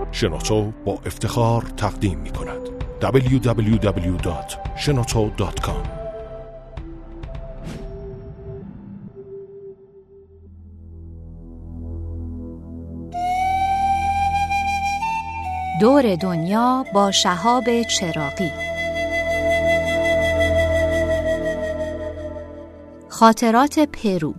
شنوتو با افتخار تقدیم می کند www.shenoto.com. دور دنیا با شهاب چراغی. خاطرات پرو.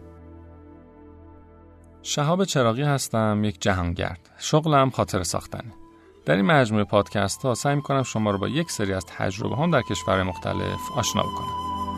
شهاب چراغی هستم، یک جهانگرد. شغلم خاطره ساختنه. در این مجموعه پادکست ها سعی می‌کنم شما رو با یک سری از تجربه هم در کشورهای مختلف آشنا بکنم.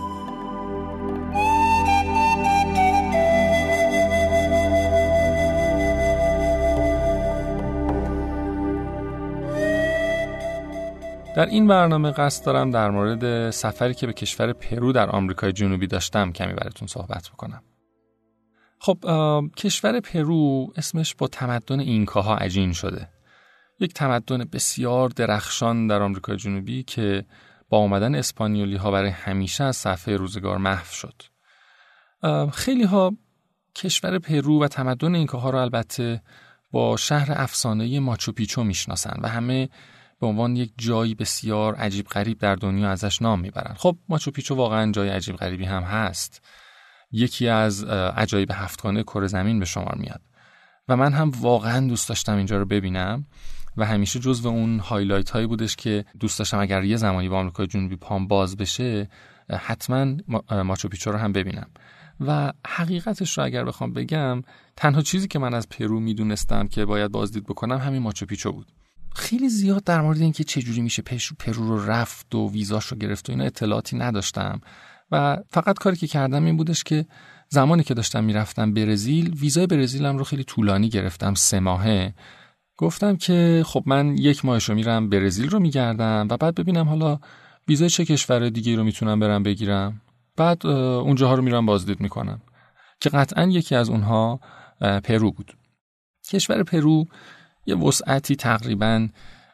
در این برنامه قصد دارم در مورد سفری که به کشور پرو در آمریکای جنوبی داشتم کمی براتون صحبت بکنم. خب کشور پرو اسمش با تمدن اینکاها عجین شده. یک تمدن بسیار درخشان در آمریکای جنوبی که با آمدن اسپانیولی ها برای همیشه از صفحه روزگار محو شد. خیلی ها کشور پرو و تمدن اینکاها رو البته با شهر افسانه‌ای ماچو پیچو میشناسن و همه به عنوان یک جایی بسیار عجیب غریب در دنیا ازش نام میبرن. خب ماچو پیچو واقعا جای عجیب غریبی هم هست. یکی از عجایب هفتگانه کره زمین به شمار میاد و من هم واقعا دوست داشتم اینجا رو ببینم و همیشه جزو اون هایلایت هایی بودش که دوست داشتم اگر یه زمانی با آمریکای جنوبی پام باز بشه حتما ماچو پیچو رو هم ببینم. و حقیقتش رو اگر بخوام بگم تنها چیزی که من از پرو میدونستم که باید بازدید بکنم همین ماچو پیچو بود. خیلی زیاد در مورد اینکه چه جوری میشه پرو رو رفت و ویزاش رو گرفت و اینا اطلاعاتی نداشتم و فقط کاری که کردم این بودش که زمانی که داشتم میرفتم برزیل ویزای برزیلم رو خیلی طولانی گرفتم، 3 ماهه. گفتم که خب من 1 ماهشو میرم برزیل رو میگردم و بعد ببینم حالا ویزای چه کشور دیگه رو میتونم برم بگیرم، بعد اونجاها رو میرم بازدید میکنم که قطعا یکی از اونها پرو بود. کشور پرو یه وسعتی تقریباً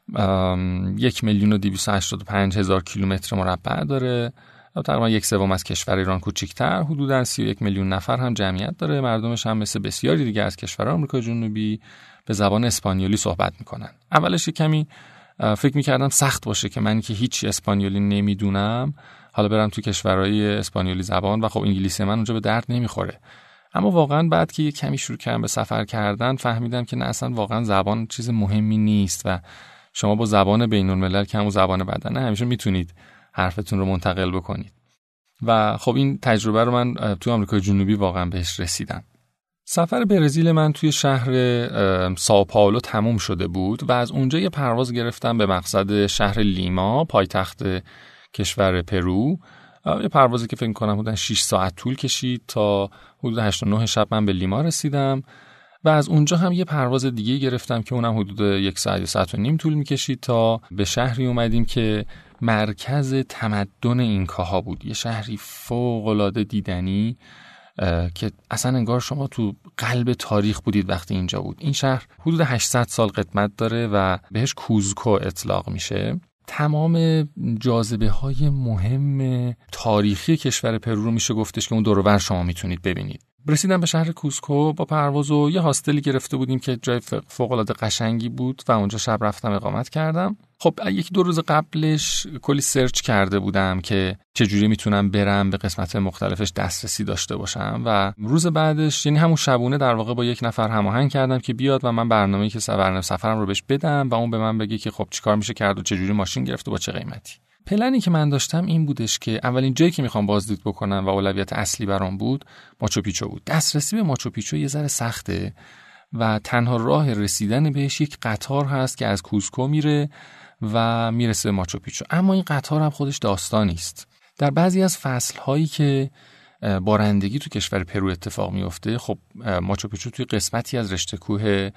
1,285,000 کیلومتر مربع داره. تقریباً 1/3 از کشور ایران کوچیک‌تر، حدوداً 31 میلیون نفر هم جمعیت داره. مردمش هم مثل بسیاری دیگه از کشورهای آمریکای جنوبی به زبان اسپانیولی صحبت میکنن. اولش کمی فکر میکردم سخت باشه که من که هیچ اسپانیولی نمیدونم حالا برم تو کشورهای اسپانیولی زبان و خب انگلیسی من اونجا به درد نمیخوره. اما واقعا بعد که یه کمی شروع کردم به سفر کردن فهمیدم که نه، اصلا واقعا زبان چیز مهمی نیست و شما با زبان بین‌الملل که همون زبان بدنه همیشه میتونید حرفتون رو منتقل بکنید. و خب این تجربه رو من توی آمریکای جنوبی واقعا بهش رسیدم. سفر برزیل من توی شهر سائو پائولو تموم شده بود و از اونجا یه پرواز گرفتم به مقصد شهر لیما، پایتخت کشور پرو. یه پروازی که فکر کنم حدود 6 ساعت طول کشید تا حدود 8 و 9 شب من به لیما رسیدم و از اونجا هم یه پرواز دیگه گرفتم که اونم حدود 1 ساعت یا ساعت و نیم طول میکشید تا به شهری اومدیم که مرکز تمدن اینکاها بود. یه شهری فوق‌العاده دیدنی که اصلا انگار شما تو قلب تاریخ بودید وقتی اینجا بود. این شهر حدود 800 سال قدمت داره و بهش کوزکو اطلاق میشه. تمام جاذبه‌های مهم تاریخی کشور پرو رو میشه گفتش که اون دور و بر شما میتونید ببینید. رسیدم به شهر کوزکو با پرواز و یه هاستلی گرفته بودیم که جای فوق‌العاده قشنگی بود و اونجا شب رفتم اقامت کردم. خب 1-2 روز قبلش کلی سرچ کرده بودم که چجوری میتونم برم به قسمت مختلفش دسترسی داشته باشم و روز بعدش یعنی همون شبونه در واقع با یک نفر هماهنگ کردم که بیاد و من برنامه‌ای که سفرم رو بهش بدم و اون به من بگه که خب چیکار میشه کرد و چجوری ماشین گرفت و با چه قیمتی. پلنی که من داشتم این بودش که اولین جایی که میخوام بازدید بکنم و اولویت اصلی برام بود ماچو پیچو بود. دسترسی به ماچو پیچو یه ذره سخته و تنها راه رسیدن بهش یک قطار هست که از کوزکو میره و میرسه به ماچو پیچو. اما این قطار هم خودش داستانی است. در بعضی از فصل‌هایی که بارندگی تو کشور پرو اتفاق میفته، خب ماچو پیچو توی قسمتی از رشته کوه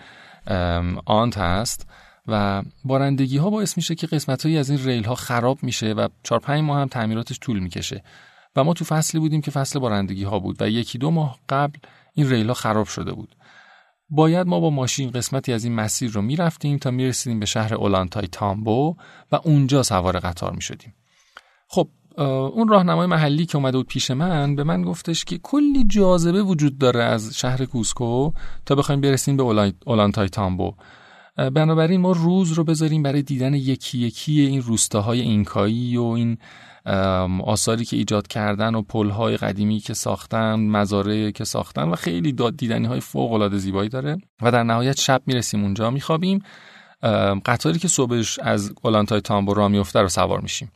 آنت هست و بارندگی ها باعث میشه که قسمت‌هایی از این ریل ها خراب میشه و 4-5 ماه هم تعمیراتش طول میکشه و ما تو فصلی بودیم که فصل بارندگی ها بود و 1-2 ماه قبل این ریل ها خراب شده بود. باید ما با ماشین قسمتی از این مسیر رو میرفتیم تا میرسیدیم به شهر اولانتای تامبو و اونجا سوار قطار میشدیم. خب اون راهنمای محلی که اومده بود پیش من به من گفتش که کلی جاذبه وجود داره از شهر کوزکو تا بخوایم برسیم به اولانتای تامبو بنابراین ما روز رو بذاریم برای دیدن یکی یکی این روستاهای اینکایی و این آثاری که ایجاد کردن و پل‌های قدیمی که ساختن، مزارعی که ساختن و خیلی دیدنی‌های فوق‌العاده زیبایی داره و در نهایت شب میرسیم اونجا میخوابیم. قطاری که صبحش از اولانتایتامبو راه میفته رو سوار میشیم.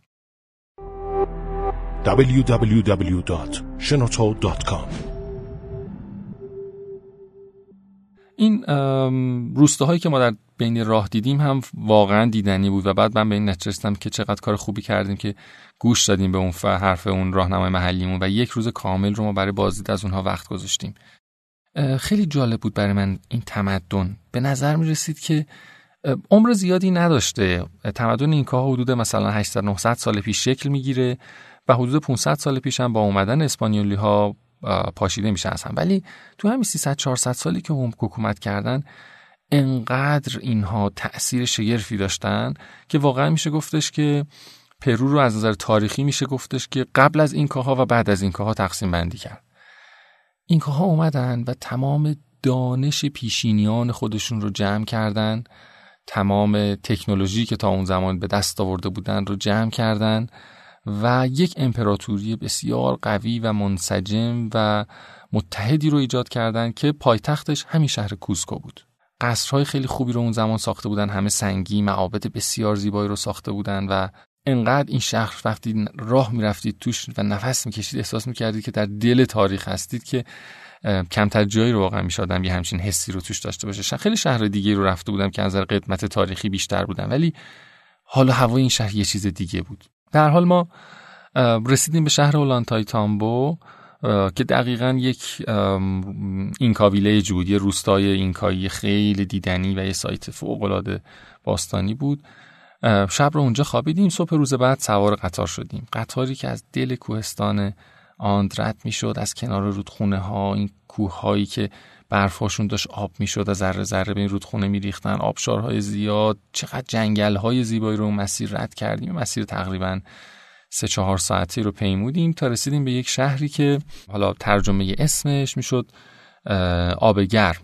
www.shenoto.com. این روستاهایی که ما در بین راه دیدیم هم واقعا دیدنی بود و بعد من به این نتیجه رسیدم که چقدر کار خوبی کردیم که گوش دادیم به اون حرف اون راهنمای محلیمون و یک روز کامل رو ما برای بازدید از اونها وقت گذاشتیم. خیلی جالب بود برای من این تمدن. به نظر می رسید که عمر زیادی نداشته. تمدن اینکاها حدود مثلا 800-900 سال پیش شکل میگیره و حدود 500 سال پیش هم با اومدن اسپانیولی ها پاشیده میشه اصلا. ولی تو همین 300-400 سالی که هم حکومت کردن انقدر اینها تأثیر شگرفی داشتن که واقعا میشه گفتش که پرو رو از نظر تاریخی میشه گفتش که قبل از اینکاها و بعد از اینکاها تقسیم بندی کرد. اینکاها اومدن و تمام دانش پیشینیان خودشون رو جمع کردن، تمام تکنولوژی که تا اون زمان به دست آورده بودن رو جمع کردن و یک امپراتوری بسیار قوی و منسجم و متحدی رو ایجاد کردن که پایتختش همین شهر کوزکو بود. قصرهای خیلی خوبی رو اون زمان ساخته بودن، همه سنگی، معابد بسیار زیبایی رو ساخته بودن و انقدر این شهر وقتی راه میرفتید توش و نفس میکشید احساس میکردید که در دل تاریخ هستید که کمتر جایی رو واقعا میشه آدم یه همچین حسی رو توش داشته باشه. خیلی شهر دیگه رو رفته بودم که از نظر قدمت تاریخی بیشتر بودن ولی حالا هوای این شهر یه چیز دیگه بود. در حال ما رسیدیم به شهر اولانتایتامبو که دقیقاً یک اینکا ویلیج بود، یه روستای اینکایی خیلی دیدنی و یه سایت فوق‌العاده باستانی بود. شب رو اونجا خوابیدیم. صبح روز بعد سوار قطار شدیم. قطاری که از دل کوهستان آند رد میشد، از کنار رودخونه ها، این کوه هایی که برفاشون داشت آب میشد و ذره ذره به این رودخونه میریختن، آبشارهای زیاد، چقدر جنگل های زیبایی رو مسیر رد کردیم. مسیر تقریبا 3-4 ساعتی رو پیمودیم تا رسیدیم به یک شهری که حالا ترجمه اسمش میشد آب گرم،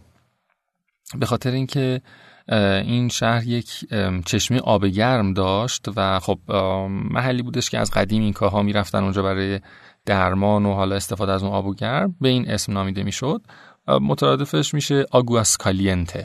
به خاطر اینکه این شهر یک چشمه آب گرم داشت و خب محلی بودش که از قدیم این کاها میرفتن اونجا برای درمان و حالا استفاده از اون آب گرم، به این اسم نامیده میشد. مترادفش میشه آگواس کالیانته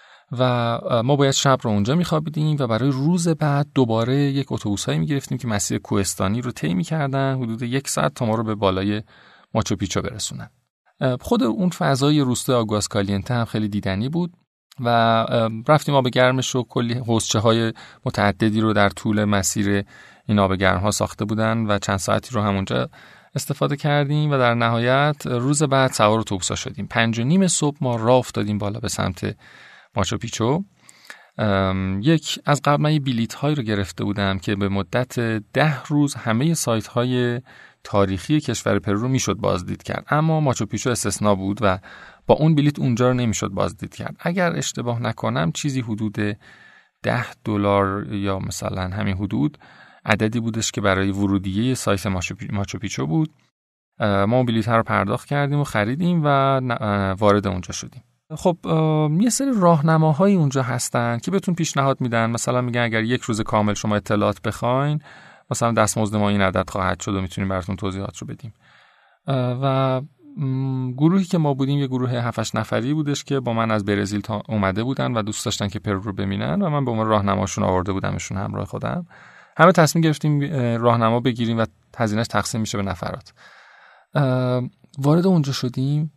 و ما باید شب رو اونجا میخوابیدیم و برای روز بعد دوباره یک اتوبوسایی میگرفتیم که مسیر کوهستانی رو طی میکردن، حدود 1 ساعت تا ما رو به بالای ماچو پیچو برسونن. خود اون فضای روستای آگواس کالیانته هم خیلی دیدنی بود و رفتیم آب گرمش رو، کلی حوضچه های متعددی رو در طول مسیر این آب گرم ها ساخته بودن و چند ساعتی رو همونجا استفاده کردیم و در نهایت روز بعد سوار اتوبوسا شدیم. 5:30 صبح ما راه افتادیم بالا به سمت ماچو پیچو. از قبل من یه بلیط هایی رو گرفته بودم که به مدت 10 روز همه سایت های تاریخی کشور پرو رو میشد بازدید کرد، اما ماچو پیچو استثنا بود و با اون بلیط اونجا رو نمیشد بازدید کرد. اگر اشتباه نکنم چیزی حدود $10 یا مثلا همین حدود عددی بودش که برای ورودیه سایت ماچو پیچو بود. ما اون بلیط ها رو پرداخت کردیم و خریدیم و وارد اونجا شدیم. خب یه سری راهنماهایی اونجا هستن که بهتون پیشنهاد میدن، مثلا میگن اگر 1 روز کامل شما اطلاعات بخواین مثلا دستمزد ما این عدد خواهد شد و میتونیم براتون توضیحات رو بدیم. و گروهی که ما بودیم یه گروه 7-8 نفری بودش که با من از برزیل اومده بودن و دوست داشتن که پرو رو ببینن و من به عنوان راهنماشون آورده بودمشون همراه خودم. همه تصمیم گرفتیم راهنما بگیریم و هزینه‌اش تقسیم میشه به نفرات. وارد اونجا شدیم،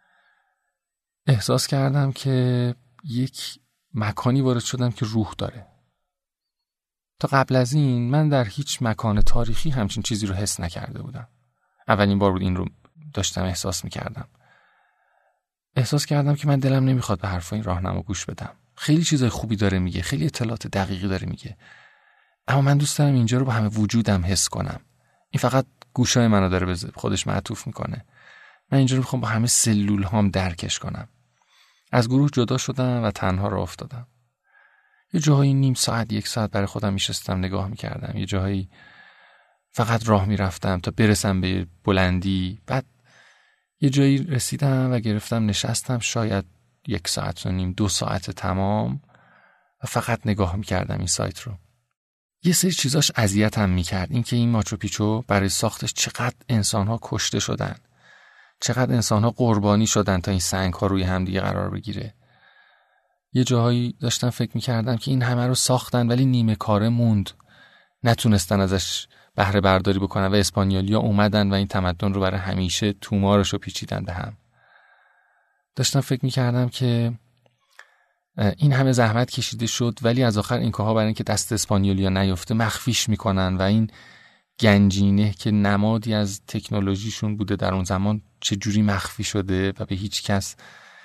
احساس کردم که یک مکانی وارد شدم که روح داره. تا قبل از این من در هیچ مکان تاریخی همچین چیزی رو حس نکرده بودم. اولین بار بود این رو داشتم احساس میکردم. احساس کردم که من دلم نمیخواد به حرفای این راهنما گوش بدم. خیلی چیزای خوبی داره میگه، خیلی اطلاعات دقیقی داره میگه، اما من دوست دارم اینجا رو با همه وجودم حس کنم. این فقط گوشای منو داره به خودش معطوف میکنه. من اینجا رو میخوام با همه سلول هام درکش کنم. از گروه جدا شدم و تنها راه افتادم. یه جاهایی 1/2 ساعت 1 ساعت برای خودم میشستم نگاه میکردم، یه جاهایی فقط راه میرفتم تا برسم به بلندی. بعد یه جایی رسیدم و گرفتم نشستم، شاید 1.5 ساعت 2 ساعت تمام و فقط نگاه میکردم این سایت رو. یه سری چیزاش اذیتم میکرد، این که این ماچو پیچو برای ساختش چقدر انسان‌ها کشته شدن، چقدر انسان‌ها قربانی شدن تا این سنگ‌ها روی هم دیگه قرار بگیره. یه جاهایی داشتم فکر میکردم که این همه رو ساختن ولی نیمه کاره موند، نتونستن ازش بهره برداری بکنن و اسپانیولیا اومدن و این تمدن رو برای همیشه تومارش رو پیچیدن به هم. داشتم فکر میکردم که این همه زحمت کشیده شد ولی از آخر اینکاها برای اینکه دست اسپانیولیا نیفته مخفیش میکنن و این گنجینه که نمادی از تکنولوژیشون بوده در اون زمان چجوری مخفی شده و به هیچ کس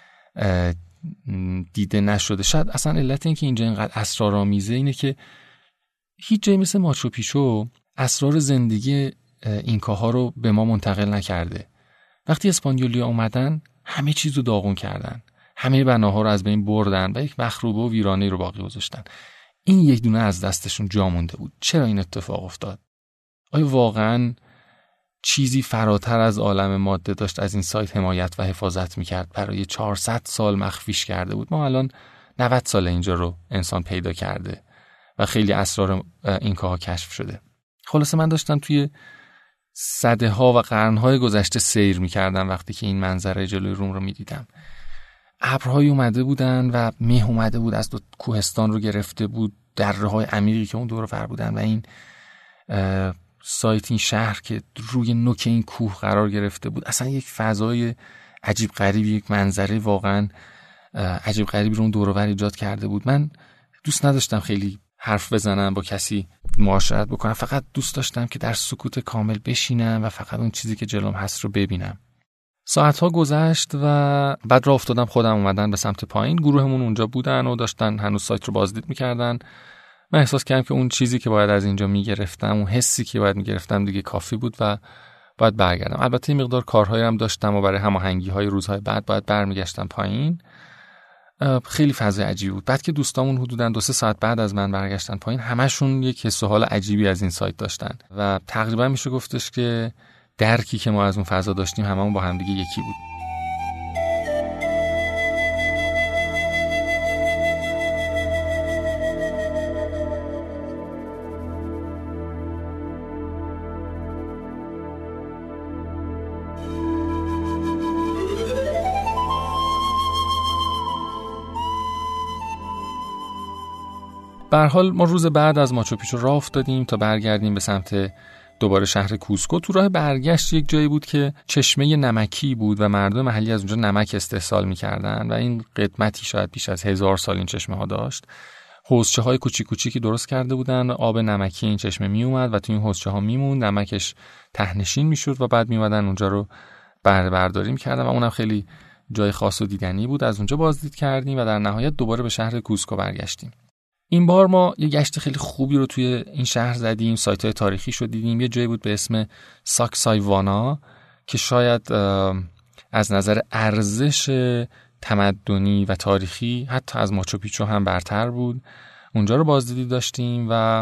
دیده نشده. شاید اصلا علت این که اینجا اینقدر اسرارآمیزه اینه که هیچ جایی مثل ماچو پیچو اسرار زندگی اینکاها رو به ما منتقل نکرده. وقتی اسپانیولیا اومدن همه چیز رو داغون کردن، همه بناها رو از بین بردن و یک مخروبه و ویرانه رو باقی گذاشتن. این یک دونه از دستشون جا مونده بود. چرا این اتفاق افتاد؟ آیا واقعاً چیزی فراتر از عالم ماده داشت از این سایت حمایت و حفاظت میکرد؟ برای 400 سال مخفیش کرده بود. ما الان 90 سال اینجا رو انسان پیدا کرده و خیلی اسرار اینکاها کشف شده. خلاصه من داشتم توی سده‌ها و قرن‌های گذشته سیر میکردم وقتی که این منظره جلوی روم رو میدیدم. ابرهایی اومده بودن و مه اومده بود از دو کوهستان رو گرفته بود، دره‌های عمیقی که اون دور و بر بودن و این سایت، این شهر که روی نوک این کوه قرار گرفته بود، اصلا یک فضای عجیب غریبی، یک منظره واقعا عجیب غریبی رو اون دور و بر ایجاد کرده بود. من دوست نداشتم خیلی حرف بزنم، با کسی معاشرت بکنم، فقط دوست داشتم که در سکوت کامل بشینم و فقط اون چیزی که جلوم هست رو ببینم. ساعتها گذشت و بعد راه افتادم خودم اومدن به سمت پایین. گروهمون اونجا بودن و داشتن هنوز سایت رو بازدید میکردن. من احساس کردم که اون چیزی که باید از اینجا میگرفتم، اون حسی که باید میگرفتم دیگه کافی بود و باید برگردم. البته این مقدار کارهایی هم داشتم و برای هماهنگی‌های روزهای بعد باید برمیگشتم پایین. خیلی فضای عجیبی بود. بعد که دوستامون حدوداً 2-3 ساعت بعد از من برگشتن پایین، همشون یک حس و حال عجیبی از این سایت داشتن و تقریبا میشه گفتش که درکی که ما از اون فضا داشتیم هممون با هم دیگه یکی بود. به هر حال ما روز بعد از ماچو پیچو راه افتادیم تا برگردیم به سمت دوباره شهر کوسکو. تو راه برگشت یک جایی بود که چشمه نمکی بود و مردم محلی از اونجا نمک استحصال می‌کردن و این قدمتی شاید بیش از 1000 سال این چشمه ها داشت. حوضچه‌های کوچیک کوچیکی درست کرده بودن، آب نمکی این چشمه میومد و تو این حوضچه‌ها میموند، نمکش ته‌نشین میشد و بعد میومدن اونجا رو بهره برداری می‌کردن و اونم خیلی جای خاص و دیدنی بود. از اونجا بازدید کردیم و در نهایت دوباره به شهر کوسکو برگشتیم. این بار ما یه گشت خیلی خوبی رو توی این شهر زدیم، سایت‌های تاریخی شو دیدیم. یه جایی بود به اسم ساکسایوانا که شاید از نظر ارزش تمدنی و تاریخی حتی از ماچو پیچو هم برتر بود. اونجا رو بازدیدی داشتیم و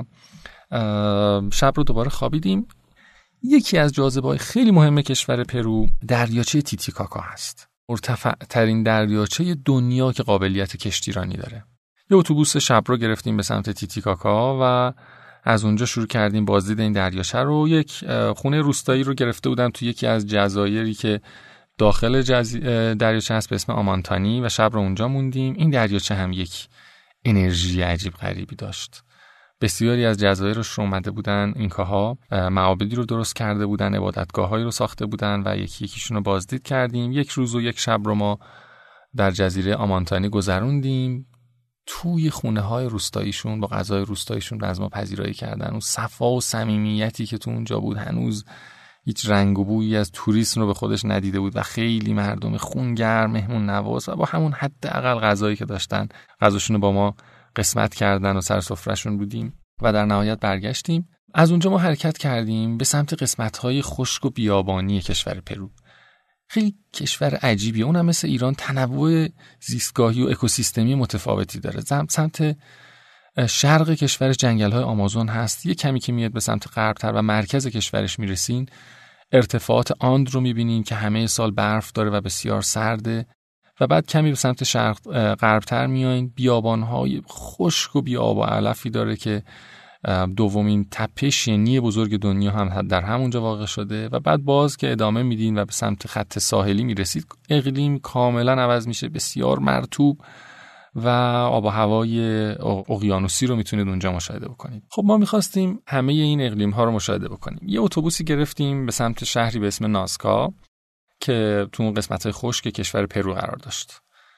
شب رو دوباره خوابیدیم. یکی از جاذبه‌های خیلی مهم کشور پرو دریاچه تیتیکاکا هست. مرتفع ترین دریاچه دنیا که قابلیت کشتیرانی داره. یه اتوبوس شب رو گرفتیم به سمت تیتیکاکا و از اونجا شروع کردیم بازدید این دریاچه رو. یک خونه روستایی رو گرفته بودم تو یکی از جزایری که داخل دریاچه هست به اسم آمانتانی و شب رو اونجا موندیم. این دریاچه هم یک انرژی عجیب غریبی داشت. بسیاری از جزایرش رو اومده بودن اینکاها، معابدی رو درست کرده بودن، عبادتگاه‌هایی رو ساخته بودن و یکی یکیشون رو بازدید کردیم. یک روز و یک شب رو ما در جزیره آمانتانی گذروندیم. توی خونه‌های روستاییشون با غذای روستاییشون از ما پذیرایی کردن. اون صفا و صمیمیتی که تو اونجا بود هنوز هیچ رنگ و بویی از توریسم رو به خودش ندیده بود و خیلی مردم خونگرم، مهمون نواز و با همون حداقل غذایی که داشتن غذاشون رو با ما قسمت کردن و سر سفرهشون بودیم و در نهایت برگشتیم. از اونجا ما حرکت کردیم به سمت قسمت‌های خشک و بیابانی کشور پرو. خیلی کشور عجیبیه. اون هم مثل ایران تنوع زیستگاهی و اکوسیستمی متفاوتی داره. سمت شرق کشورش جنگل‌های آمازون هست. یه کمی که میاد به سمت غرب‌تر و مرکز کشورش میرسین، ارتفاعات آند رو میبینین که همه سال برف داره و بسیار سرده و بعد کمی به سمت شرق غربتر میایین، بیابان‌های خشک و بی‌آب و علفی داره که دومین تپه شنی بزرگ دنیا هم در همونجا واقع شده و بعد باز که ادامه میدین و به سمت خط ساحلی میرسید، اقلیم کاملا عوض میشه، بسیار مرطوب و آب و هوای اقیانوسی رو میتونید اونجا مشاهده بکنید. خب ما میخواستیم همه این اقلیم ها رو مشاهده بکنیم. یه اتوبوسی گرفتیم به سمت شهری به اسم نازکا که تو اون قسمت‌های خشک کشور پرو قرار داشت.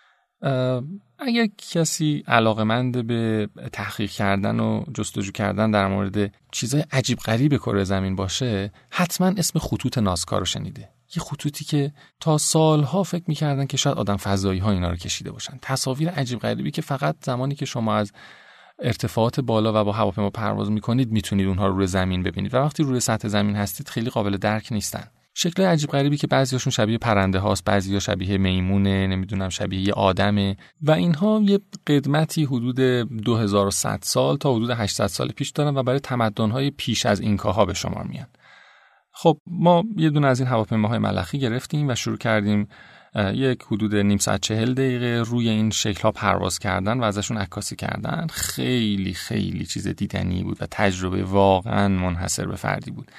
اگر کسی علاقه‌مند به تحقیق کردن و جستجو کردن در مورد چیزای عجیب غریب کره زمین باشه، حتما اسم خطوط نازکا رو شنیده. یه خطوطی که تا سالها فکر می‌کردن که شاید آدم فضایی ها اینا رو کشیده باشن. تصاویر عجیب غریبی که فقط زمانی که شما از ارتفاعات بالا و با هواپیما پرواز می‌کنید میتونید اونها رو روی زمین ببینید و وقتی روی سطح زمین هستید خیلی قابل درک نیستن. شکل عجیب غریبی که بعضیاشون شبیه پرنده هاست، بعضیا شبیه میمونه، نمیدونم شبیه یه آدمه و اینها یه قدمتی حدود 2100 سال تا حدود 800 سال پیش دارن و برای تمدن‌های پیش از اینکاها به شمار میان. خب ما یه دونه از این هواپیماهای ملخی گرفتیم و شروع کردیم یک حدود نیم ساعت 40 دقیقه روی این شکل‌ها پرواز کردن و ازشون عکاسی کردن. خیلی خیلی چیز دیدنی بود و تجربه واقعاً منحصر به فردی بود.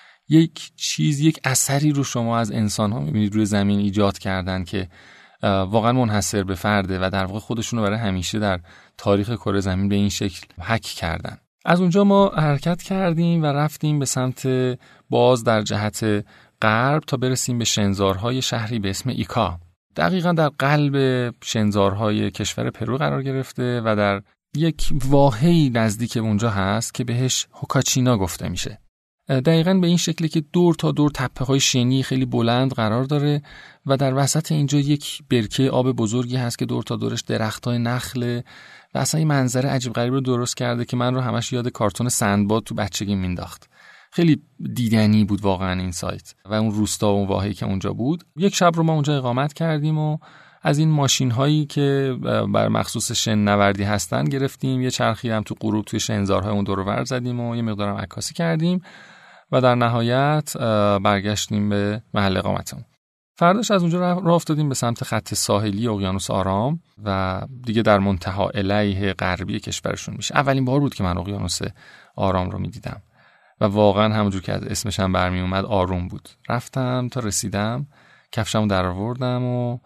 یک اثری رو شما از انسان‌ها می‌بینید روی زمین ایجاد کردن که واقعا منحصر به فرده و در واقع خودشون رو برای همیشه در تاریخ کره زمین به این شکل حک کردن. از اونجا ما حرکت کردیم و رفتیم به سمت باز در جهت غرب تا برسیم به شنزارهای شهری به اسم ایکا. دقیقاً در قلب شنزارهای کشور پرو قرار گرفته و در یک واحه‌ای نزدیک اونجا هست که بهش هوکاچینا گفته میشه. دقیقاً به این شکلی که دور تا دور تپه‌های شنی خیلی بلند قرار داره و در وسط اینجا یک برکه آب بزرگی هست که دور تا دورش درخت‌های نخله و اصلا این منظره عجیب غریب رو درست کرده که من رو همش یاد کارتون سندباد تو بچگی مینداخت. خیلی دیدنی بود واقعاً این سایت و اون روستا و اون واحه‌ای که اونجا بود. یک شب رو ما اونجا اقامت کردیم و از این ماشین‌هایی که بر مخصوص شن‌نوردی هستن گرفتیم، یه چرخی هم تو غروب توی شنزارهای اون دور و بر زدیم و یه مقدارم عکاسی کردیم و در نهایت برگشتیم به محل اقامتمون. فرداش از اونجا راه افتادیم به سمت خط ساحلی اقیانوس آرام و دیگه در منتها علیه غربی کشورشون میشه. اولین بار بود که من اقیانوس آرام رو میدیدم و واقعا همونجور که از اسمش هم برمی اومد آروم بود. رفتم تا رسیدم، کفشمو در آوردم و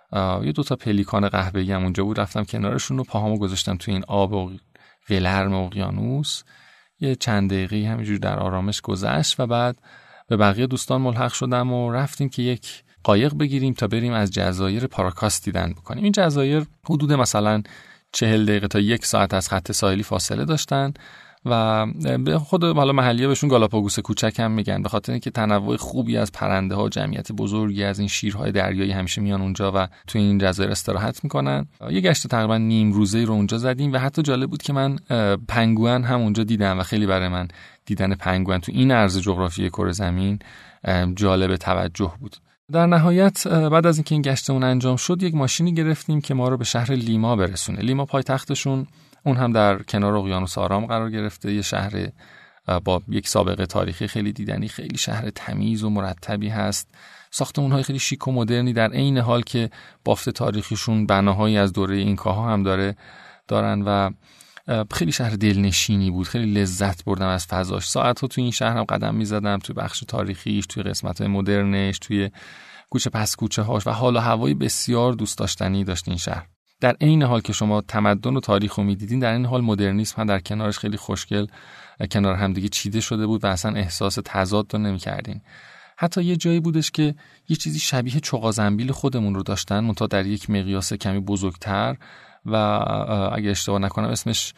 یه دوتا پلیکان قهوه‌ای هم اونجا بود، رفتم کنارشون و پاهامو گذاشتم توی این آب ولرم اقیانوس. یه چند دقیقه همینجور در آرامش گذشت و بعد به بقیه دوستان ملحق شدم و رفتیم که یک قایق بگیریم تا بریم از جزایر پاراکاس دیدن بکنیم. این جزایر حدود مثلا 40 دقیقه تا 1 ساعت از خط ساحلی فاصله داشتن و به خود حالا محلی‌ها بهشون گالاپاگوس کوچک هم میگن، به خاطر اینکه تنوع خوبی از پرنده‌ها، جمعیت بزرگی از این شیرهای دریایی همیشه میان اونجا و تو این جزایر استراحت میکنن. یه گشت تقریبا نیم روزه‌ای رو اونجا زدیم و حتی جالب بود که من پنگوئن هم اونجا دیدم و خیلی برای من دیدن پنگوئن تو این عرض جغرافیایی کره زمین جالب توجه بود. در نهایت بعد از اینکه این گشتمون انجام شد یک ماشینی گرفتیم که ما رو به شهر لیما برسونه. لیما پایتختشون اون هم در کنار اقیانوس آرام قرار گرفته، یه شهر با یک سابقه تاریخی خیلی دیدنی، خیلی شهر تمیز و مرتبی هست، ساختمان‌های خیلی شیک و مدرنی، در عین حال که بافت تاریخیشون بناهایی از دوره اینکاها هم دارن و خیلی شهر دلنشینی بود. خیلی لذت بردم از فضاش. ساعت‌ها توی این شهر هم قدم می‌زدم، توی بخش تاریخیش، توی قسمت‌های مدرنش، توی کوچه پس کوچه هاش و حال و هوای بسیار دوست داشتنی داشت این شهر. در عین حال که شما تمدن و تاریخ رو می‌دیدین، در این حال مدرنیسم هم در کنارش خیلی خوشگل کنار هم دیگه چیده شده بود و اصلا احساس تضاد رو نمی‌کردین. حتی یه جایی بودش که یه چیزی شبیه چغازنبیل خودمون رو داشتن، منتها در یک مقیاس کمی بزرگتر و اگه اشتباه نکنم اسمش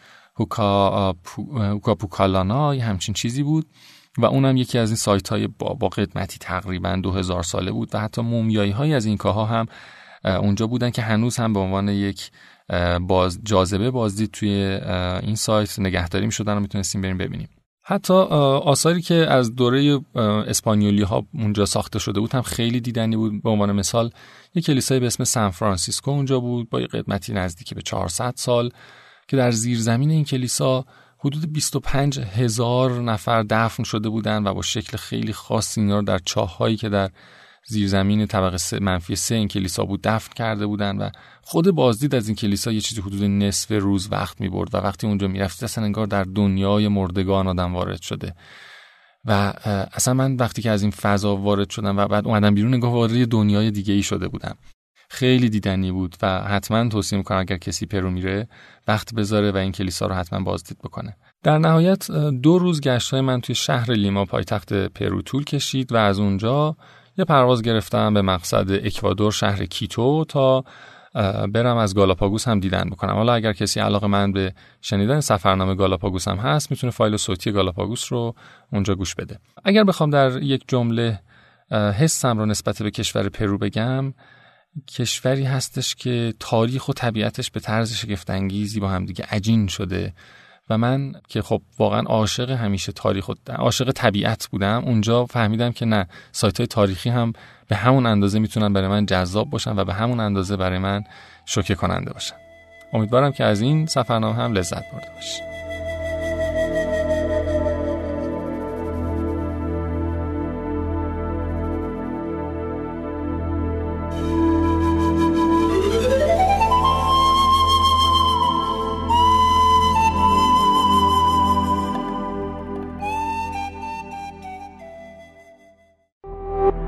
هوکاپوکالانا یا همچین چیزی بود و اونم یکی از این سایت‌های با قدمتی تقریباً 2000 ساله بود و حتی مومیایی‌هایی از این کاها هم اونجا بودن که هنوز هم به عنوان یک جاذبه بازدید توی این سایت نگهداری می‌شدن و میتونستیم بریم ببینیم. حتی آثاری که از دوره اسپانیولی‌ها اونجا ساخته شده بود هم خیلی دیدنی بود. به عنوان مثال یک کلیسای به اسم سان فرانسیسکو اونجا بود با یک قدمتی نزدیک به 400 سال که در زیرزمین این کلیسا حدود 25,000 نفر دفن شده بودن و با شکل خیلی خاص اینا رو در چاه‌هایی که در زیرزمین طبقه -3 این کلیسا بود دفن کرده بودن و خود بازدید از این کلیسا یه چیزی حدود نصف روز وقت می‌برد و وقتی اونجا می‌رفت اصلا انگار در دنیای مردگان آدم وارد شده. و اصلا من وقتی که از این فضا وارد شدم و بعد اومدم بیرون انگار وارد یه دنیای دیگه‌ای شده بودم. خیلی دیدنی بود و حتما توصیه میکنم اگر کسی پرو میره وقت بذاره و این کلیسا رو حتما بازدید بکنه. در نهایت 2 روز گشت‌های من توی شهر لیما پایتخت پرو طول کشید و از اونجا یه پرواز گرفتم به مقصد اکوادور شهر کیتو تا برم از گالاپاگوس هم دیدن بکنم. حالا اگر کسی علاقه‌مند به شنیدن سفرنامه گالاپاگوس هم هست میتونه فایل صوتی گالاپاگوس رو اونجا گوش بده. اگر بخوام در یک جمله حسم رو نسبت به کشور پرو بگم، کشوری هستش که تاریخ و طبیعتش به طرز شگفت‌انگیزی با هم دیگه عجین شده و من که خب واقعا عاشق همیشه تاریخ و عاشق طبیعت بودم، اونجا فهمیدم که نه، سایت‌های تاریخی هم به همون اندازه میتونن برای من جذاب باشن و به همون اندازه برای من شوکه کننده باشن. امیدوارم که از این سفرنامه هم لذت برده باشید.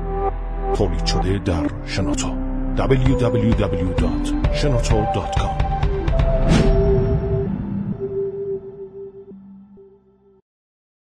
تولید شده در شنوتو www.shenoto.com